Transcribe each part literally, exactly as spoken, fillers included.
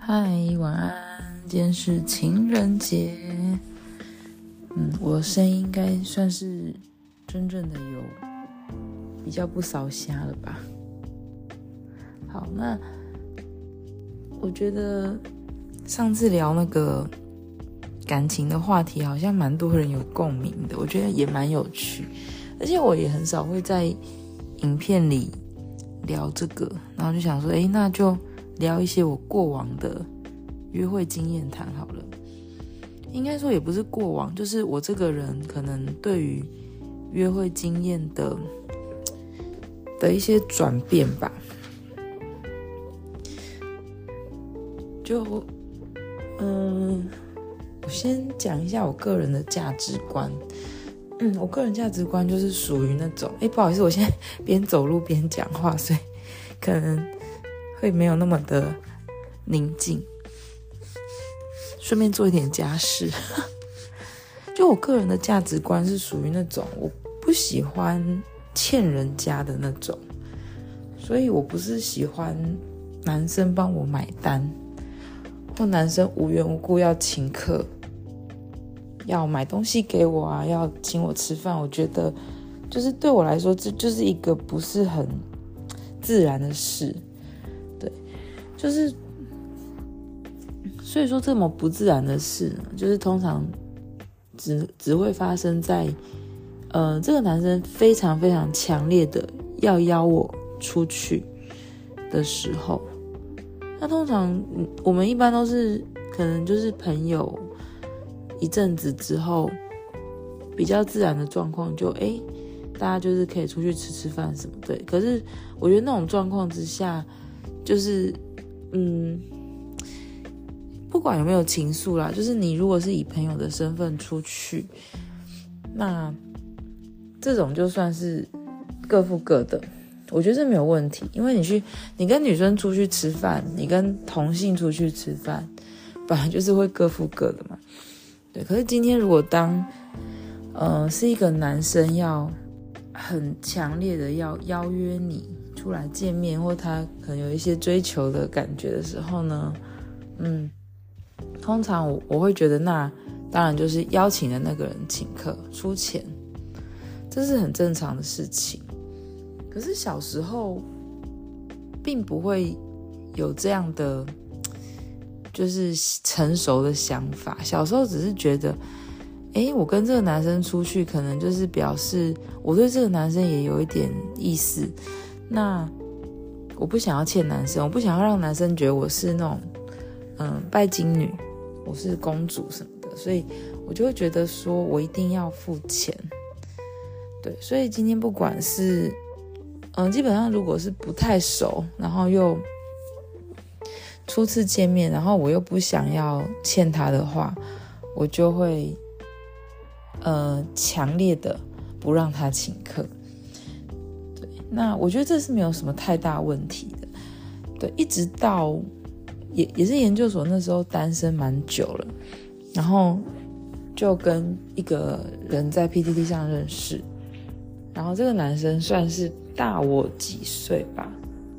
嗨，晚安，今天是情人节。嗯，我的声音应该算是真正的有比较不烧瞎了吧。好，那我觉得上次聊那个感情的话题好像蛮多人有共鸣的，我觉得也蛮有趣，而且我也很少会在影片里聊这个，然后就想说，诶，那就聊一些我过往的约会经验谈好了。应该说也不是过往，就是我这个人可能对于约会经验的的一些转变吧。就嗯，我先讲一下我个人的价值观。嗯，我个人价值观就是属于那种，诶，不好意思，我现在边走路边讲话，所以可能会没有那么的宁静。顺便做一点家事。就我个人的价值观是属于那种我不喜欢欠人家的那种，所以我不是喜欢男生帮我买单，或男生无缘无故要请客，要买东西给我啊，要请我吃饭。我觉得就是对我来说，这就是一个不是很自然的事。对，就是所以说这么不自然的事呢，就是通常只只会发生在呃这个男生非常非常强烈的要邀我出去的时候。那通常我们一般都是可能就是朋友一阵子之后，比较自然的状况就诶大家就是可以出去吃吃饭什么的。可是我觉得那种状况之下，就是嗯不管有没有情愫啦，就是你如果是以朋友的身份出去，那这种就算是各付各的，我觉得这没有问题。因为你去你跟女生出去吃饭，你跟同性出去吃饭，本来就是会各付各的嘛。对，可是今天如果当呃是一个男生要很强烈的要邀约你出来见面，或他可能有一些追求的感觉的时候呢，嗯通常 我, 我会觉得那当然就是邀请的那个人请客出钱，这是很正常的事情。可是小时候并不会有这样的就是成熟的想法，小时候只是觉得诶我跟这个男生出去可能就是表示我对这个男生也有一点意思，那我不想要欠男生，我不想要让男生觉得我是那种嗯拜金女，我是公主什么的，所以我就会觉得说我一定要付钱。对，所以今天不管是嗯基本上如果是不太熟，然后又初次见面，然后我又不想要欠他的话，我就会呃强烈的不让他请客。对，那我觉得这是没有什么太大问题的。对，一直到也也是研究所那时候单身蛮久了，然后就跟一个人在 P T T 上认识，然后这个男生算是大我几岁吧。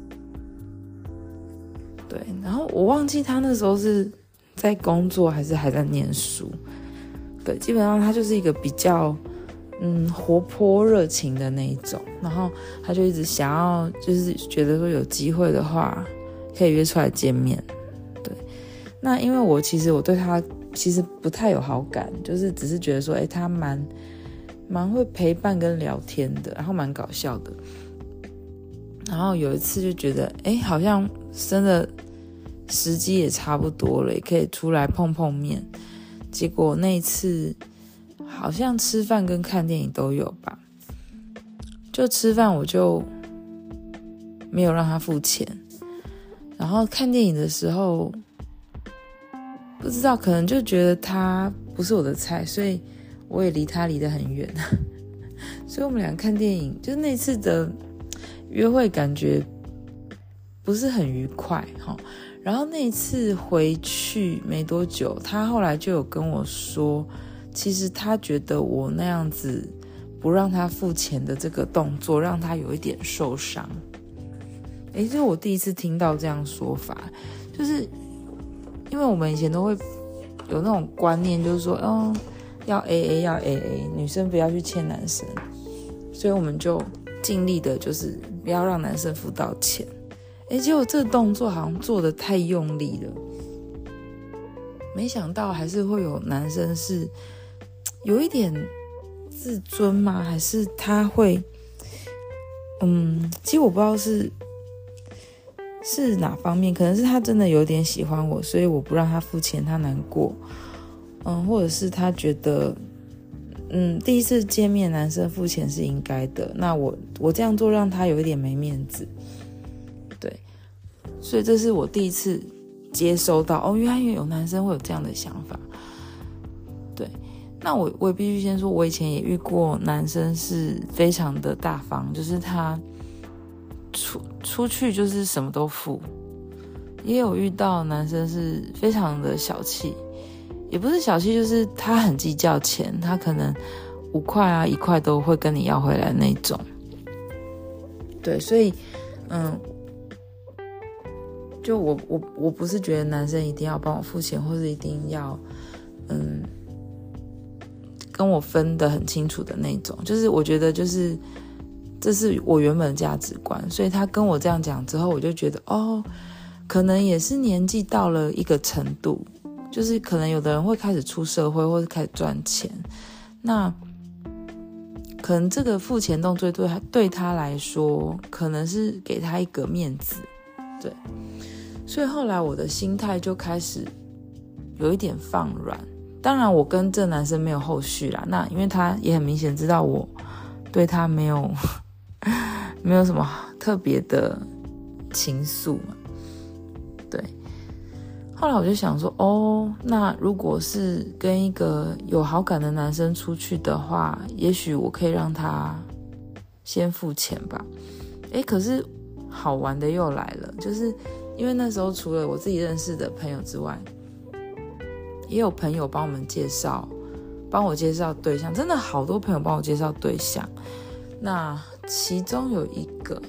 对，然后我忘记他那时候是在工作还是还在念书。对，基本上他就是一个比较嗯活泼热情的那一种，然后他就一直想要就是觉得说有机会的话可以约出来见面。对，那因为我其实我对他其实不太有好感，就是只是觉得说诶他蛮蛮会陪伴跟聊天的，然后蛮搞笑的。然后有一次就觉得诶好像真的时机也差不多了，也可以出来碰碰面。结果那一次好像吃饭跟看电影都有吧，就吃饭我就没有让他付钱，然后看电影的时候不知道可能就觉得他不是我的菜，所以我也离他离得很远。所以我们俩看电影，就是那次的约会感觉不是很愉快。然后那一次回去没多久，他后来就有跟我说，其实他觉得我那样子不让他付钱的这个动作让他有一点受伤。诶，这是我第一次听到这样说法，就是因为我们以前都会有那种观念，就是说，哦，要 A A 要 A A， 女生不要去欠男生，所以我们就尽力的就是不要让男生付到钱。诶，结果这个动作好像做得太用力了，没想到还是会有男生是有一点自尊吗？还是他会，嗯，其实我不知道是是哪方面，可能是他真的有点喜欢我，所以我不让他付钱，他难过，嗯，或者是他觉得，嗯，第一次见面男生付钱是应该的，那我我这样做让他有一点没面子，对，所以这是我第一次接收到，哦，原来有男生会有这样的想法，对。那我我也必须先说，我以前也遇过男生是非常的大方，就是他出出去就是什么都付，也有遇到男生是非常的小气，也不是小气，就是他很计较钱，他可能五块啊一块都会跟你要回来那种。对，所以嗯，就我我我不是觉得男生一定要帮我付钱，或是一定要嗯。跟我分得很清楚的那种，就是我觉得就是这是我原本的价值观，所以他跟我这样讲之后，我就觉得哦，可能也是年纪到了一个程度，就是可能有的人会开始出社会或者开始赚钱，那可能这个付钱动作对他对他来说可能是给他一个面子，对，所以后来我的心态就开始有一点放软。当然我跟这男生没有后续啦，那因为他也很明显知道我对他没有没有什么特别的情愫嘛，对。后来我就想说，哦，那如果是跟一个有好感的男生出去的话，也许我可以让他先付钱吧。诶，可是好玩的又来了，就是因为那时候除了我自己认识的朋友之外，也有朋友帮我们介绍，帮我介绍对象，真的好多朋友帮我介绍对象。那其中有一个，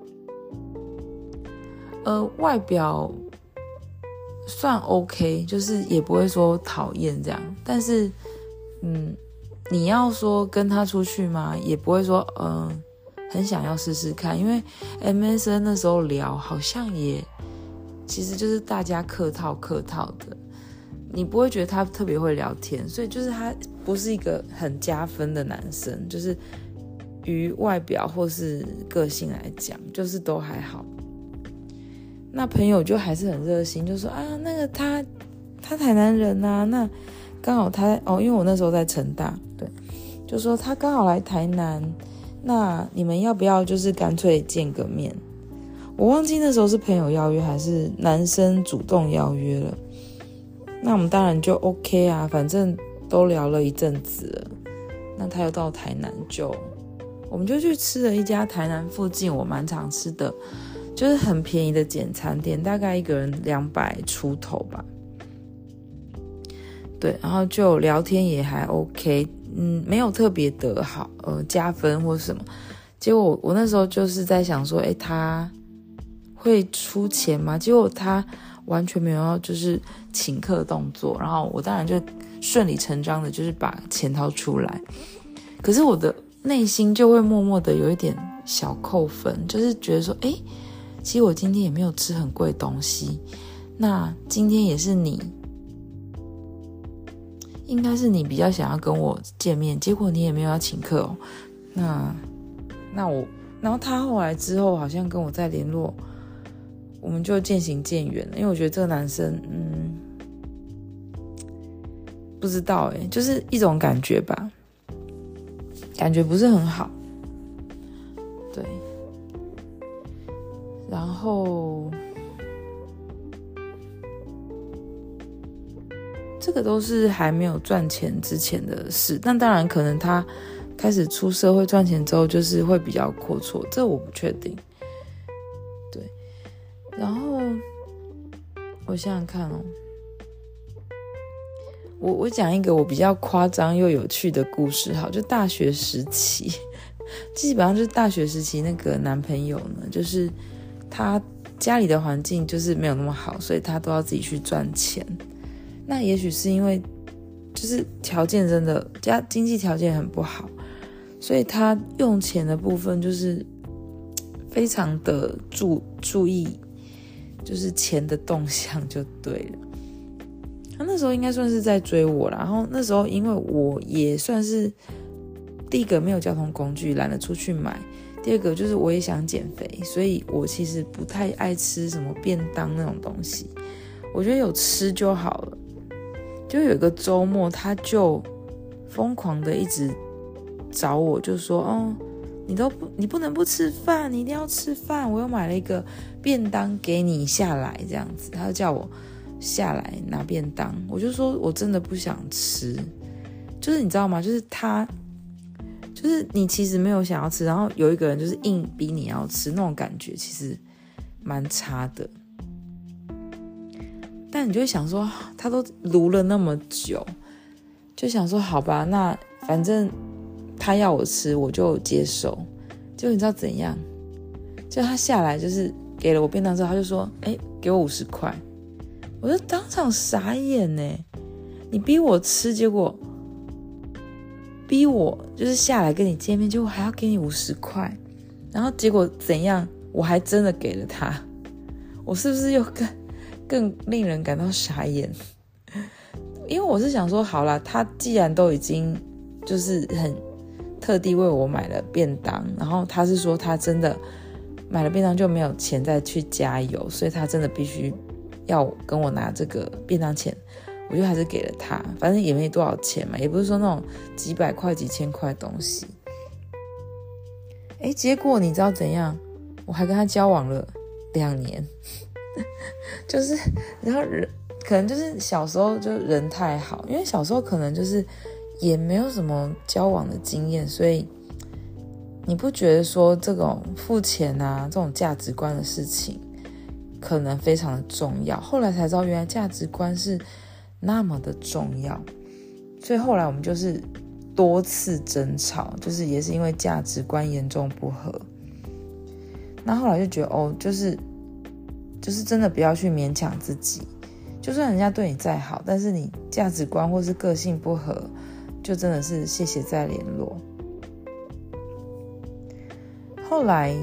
呃，外表算 OK， 就是也不会说讨厌这样，但是，嗯，你要说跟他出去吗？也不会说，嗯、呃，很想要试试看，因为 M S N 那时候聊好像也，其实就是大家客套客套的。你不会觉得他特别会聊天，所以就是他不是一个很加分的男生，就是于外表或是个性来讲，就是都还好。那朋友就还是很热心，就说啊，那个他他台南人啊，那刚好他哦，因为我那时候在成大，对，就说他刚好来台南，那你们要不要就是干脆见个面？我忘记那时候是朋友邀约还是男生主动邀约了。那我们当然就 OK 啊，反正都聊了一阵子了。那他又到台南就，我们就去吃了一家台南附近我蛮常吃的，就是很便宜的简餐店，大概一个人两百出头吧。对，然后就聊天也还 OK， 嗯，没有特别的好，呃，加分或什么。结果我我那时候就是在想说，诶，他会出钱吗？结果他完全没有要就是请客动作，然后我当然就顺理成章的就是把钱掏出来，可是我的内心就会默默的有一点小扣分，就是觉得说，诶，其实我今天也没有吃很贵的东西，那今天也是你，应该是你比较想要跟我见面，结果你也没有要请客哦，那那我，然后他后来之后好像跟我再联络，我们就渐行渐远了，因为我觉得这个男生，嗯，不知道诶，就是一种感觉吧，感觉不是很好，对，然后这个都是还没有赚钱之前的事，但当然可能他开始出社会赚钱之后，就是会比较阔绰，这我不确定，对。然后我想想看哦，我我讲一个我比较夸张又有趣的故事，好，就大学时期，基本上就是大学时期那个男朋友呢，就是他家里的环境就是没有那么好，所以他都要自己去赚钱。那也许是因为就是条件真的家经济条件很不好，所以他用钱的部分就是非常的注注意，就是钱的动向就对了。他那时候应该算是在追我啦，然后那时候因为我也算是第一个没有交通工具，懒得出去买，第二个就是我也想减肥，所以我其实不太爱吃什么便当那种东西，我觉得有吃就好了。就有一个周末他就疯狂的一直找我，就说哦，你都不你不能不吃饭，你一定要吃饭，我又买了一个便当给你下来，这样子他就叫我下来拿便当。我就说我真的不想吃，就是你知道吗，就是他就是你其实没有想要吃，然后有一个人就是硬逼你要吃，那种感觉其实蛮差的。但你就会想说他都撸了那么久，就想说好吧，那反正他要我吃我就接受。结果你知道怎样，就他下来就是给了我便当之后，他就说哎，给我五十块。我就当场傻眼耶，你逼我吃，结果逼我就是下来跟你见面，结果还要给你五十块，然后结果怎样，我还真的给了他，我是不是又更更令人感到傻眼？因为我是想说好啦，他既然都已经就是很特地为我买了便当，然后他是说他真的买了便当就没有钱再去加油，所以他真的必须要跟我拿这个便当钱，我就还是给了他，反正也没多少钱嘛，也不是说那种几百块几千块的东西。诶，结果你知道怎样，我还跟他交往了两年就是然后人可能就是小时候就人太好，因为小时候可能就是也没有什么交往的经验，所以你不觉得说这种付钱啊这种价值观的事情可能非常的重要，后来才知道原来价值观是那么的重要。所以后来我们就是多次争吵，就是也是因为价值观严重不合。那后来就觉得哦，就是就是真的不要去勉强自己，就算人家对你再好，但是你价值观或是个性不合，就真的是谢谢再联络。后来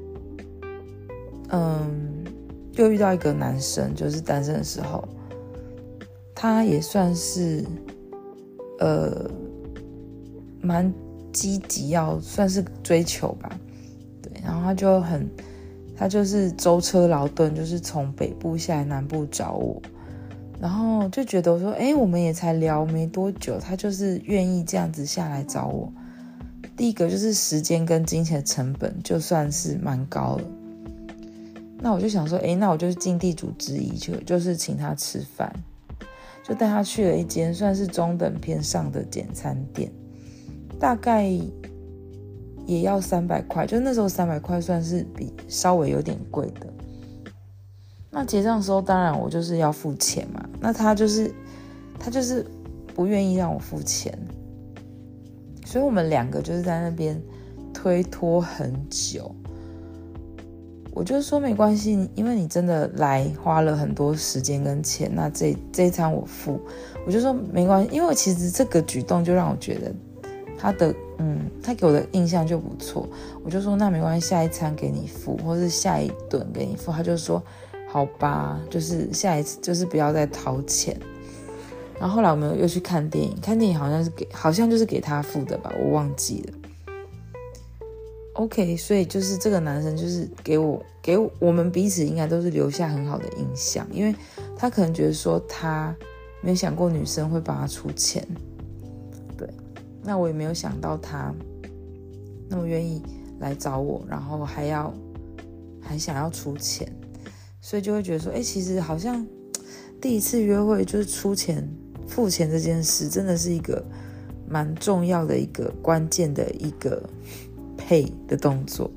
嗯又遇到一个男生，就是单身的时候，他也算是呃蛮积极，要算是追求吧，对，然后他就很他就是舟车劳顿，就是从北部下来南部找我，然后就觉得我说诶我们也才聊没多久，他就是愿意这样子下来找我。第一个就是时间跟金钱成本就算是蛮高了，那我就想说诶那我就是尽地主之谊，就就是请他吃饭，就带他去了一间算是中等偏上的简餐店，大概也要三百块，就那时候三百块算是比稍微有点贵的。那结账的时候当然我就是要付钱嘛，那他就是他就是不愿意让我付钱，所以我们两个就是在那边推脱很久。我就说没关系，因为你真的来花了很多时间跟钱，那这这一餐我付。我就说没关系，因为其实这个举动就让我觉得他的嗯，他给我的印象就不错。我就说那没关系，下一餐给你付，或是下一顿给你付。他就说好吧，就是下一次就是不要再掏钱。然后后来我们又去看电影，看电影好像是给好像就是给他付的吧，我忘记了。OK， 所以就是这个男生就是给我给我我们彼此应该都是留下很好的印象，因为他可能觉得说他没有想过女生会帮他出钱，对，那我也没有想到他那么愿意来找我，然后还要还想要出钱，所以就会觉得说，哎，其实好像第一次约会就是出钱付钱这件事，真的是一个蛮重要的一个关键的一个配的动作。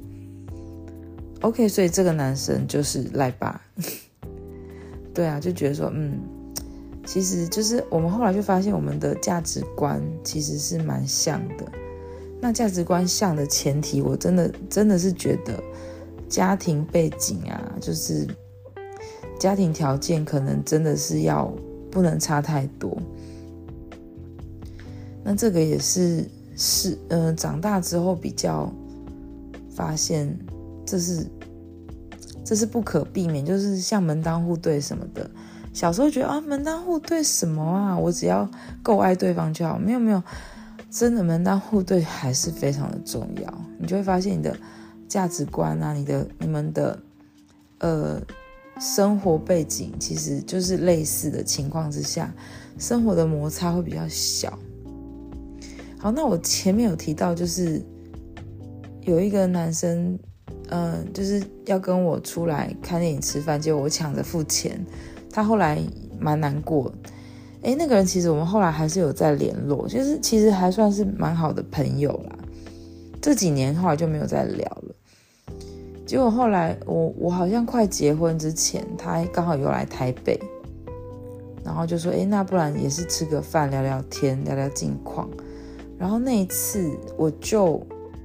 OK， 所以这个男生就是赖爸对啊，就觉得说嗯，其实就是我们后来就发现我们的价值观其实是蛮像的。那价值观像的前提，我真的真的是觉得家庭背景啊，就是家庭条件可能真的是要不能差太多。那这个也是是呃长大之后比较发现这是这是不可避免，就是像门当户对什么的。小时候觉得啊门当户对什么啊，我只要够爱对方就好。没有没有，真的门当户对还是非常的重要。你就会发现你的价值观啊，你的你们的呃生活背景其实就是类似的情况之下，生活的摩擦会比较小。好，那我前面有提到，就是有一个男生，嗯、呃，就是要跟我出来看电影吃饭，结果我抢着付钱，他后来蛮难过。诶，那个人其实我们后来还是有在联络，就是其实还算是蛮好的朋友啦。这几年后来就没有再聊了。结果后来我我好像快结婚之前，他刚好有来台北，然后就说，诶，那不然也是吃个饭聊聊天，聊聊近况。然后那一次我就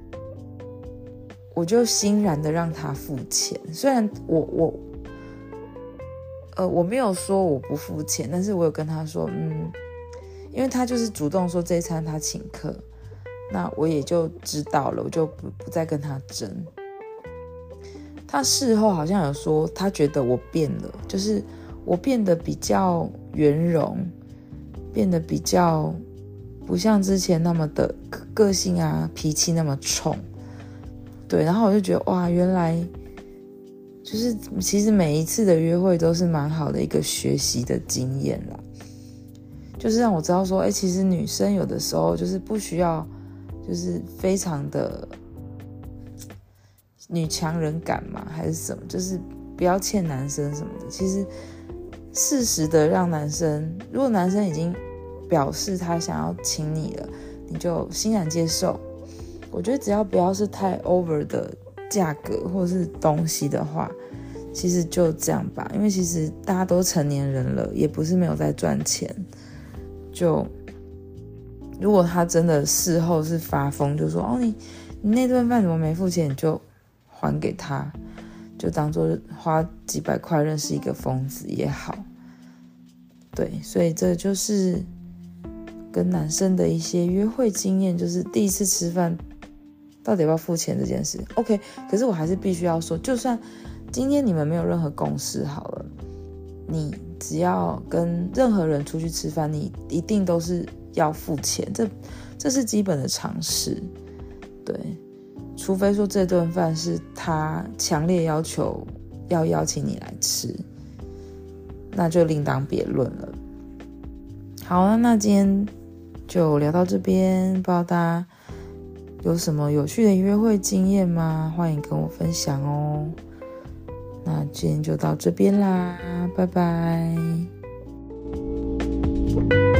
我就欣然的让他付钱，虽然我我呃我没有说我不付钱，但是我有跟他说，嗯，因为他就是主动说这一餐他请客，那我也就知道了，我就不不再跟他争。他事后好像有说，他觉得我变了，就是我变得比较圆融，变得比较不像之前那么的个性啊脾气那么冲。对，然后我就觉得哇，原来就是其实每一次的约会都是蛮好的一个学习的经验啦，就是让我知道说，哎，其实女生有的时候就是不需要就是非常的女强人感嘛，还是什么，就是不要欠男生什么的。其实适时的让男生，如果男生已经表示他想要请你了，你就欣然接受。我觉得只要不要是太 over 的价格或是东西的话，其实就这样吧。因为其实大家都成年人了，也不是没有在赚钱。就如果他真的事后是发疯，就说哦你你那顿饭怎么没付钱，你就还给他，就当做花几百块认识一个疯子也好。对，所以这就是跟男生的一些约会经验，就是第一次吃饭到底要不要付钱这件事。 OK， 可是我还是必须要说，就算今天你们没有任何共识好了，你只要跟任何人出去吃饭，你一定都是要付钱，这这是基本的常识。对，除非说这顿饭是他强烈要求要邀请你来吃，那就另当别论了。好，那今天就聊到这边，不知道大家有什么有趣的约会经验吗？欢迎跟我分享哦。那今天就到这边啦，拜拜。